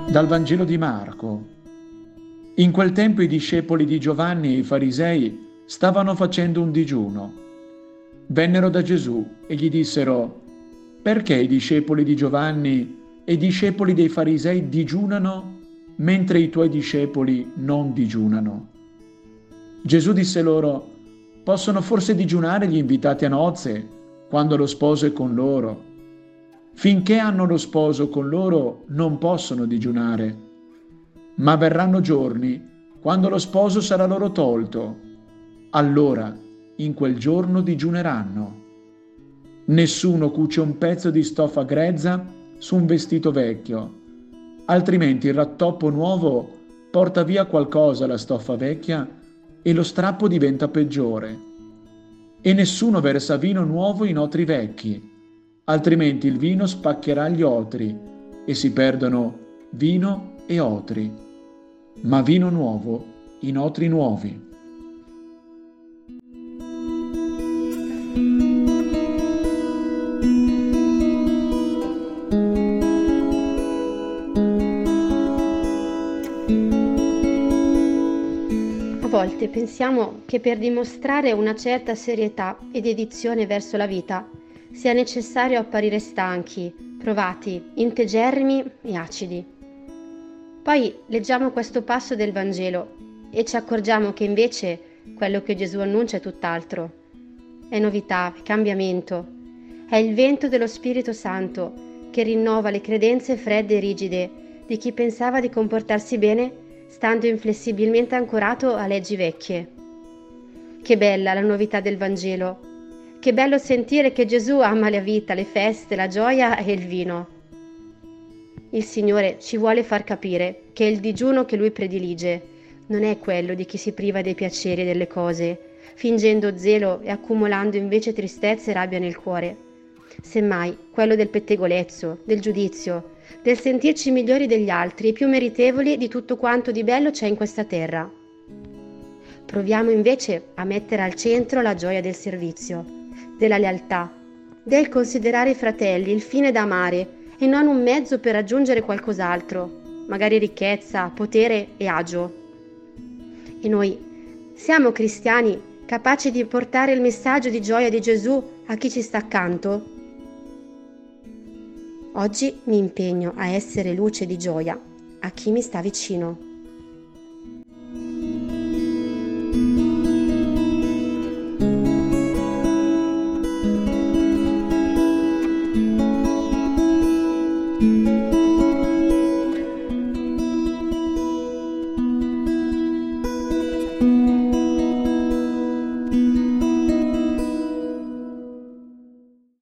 Dal Vangelo di Marco. In quel tempo i discepoli di Giovanni e i farisei stavano facendo un digiuno. Vennero da Gesù e gli dissero: «Perché i discepoli di Giovanni e i discepoli dei farisei digiunano, mentre i tuoi discepoli non digiunano?» Gesù disse loro: «Possono forse digiunare gli invitati a nozze, quando lo sposo è con loro? Finché hanno lo sposo con loro non possono digiunare. Ma verranno giorni quando lo sposo sarà loro tolto. Allora, in quel giorno digiuneranno. Nessuno cuce un pezzo di stoffa grezza su un vestito vecchio, altrimenti il rattoppo nuovo porta via qualcosa alla stoffa vecchia e lo strappo diventa peggiore. E nessuno versa vino nuovo in otri vecchi, altrimenti il vino spaccherà gli otri e si perdono vino e otri, ma vino nuovo in otri nuovi». A volte pensiamo che per dimostrare una certa serietà e dedizione verso la vita sia necessario apparire stanchi, provati, integerrimi e acidi. Poi leggiamo questo passo del Vangelo e ci accorgiamo che invece quello che Gesù annuncia è tutt'altro. È novità, è cambiamento, è il vento dello Spirito Santo che rinnova le credenze fredde e rigide di chi pensava di comportarsi bene stando inflessibilmente ancorato a leggi vecchie. Che bella la novità del Vangelo! Che bello sentire che Gesù ama la vita, le feste, la gioia e il vino. Il Signore ci vuole far capire che il digiuno che Lui predilige non è quello di chi si priva dei piaceri e delle cose, fingendo zelo e accumulando invece tristezza e rabbia nel cuore. Semmai quello del pettegolezzo, del giudizio, del sentirci migliori degli altri e più meritevoli di tutto quanto di bello c'è in questa terra. Proviamo invece a mettere al centro la gioia del servizio, della lealtà, del considerare i fratelli il fine da amare e non un mezzo per raggiungere qualcos'altro, magari ricchezza, potere e agio. E noi siamo cristiani capaci di portare il messaggio di gioia di Gesù a chi ci sta accanto? Oggi mi impegno a essere luce di gioia a chi mi sta vicino.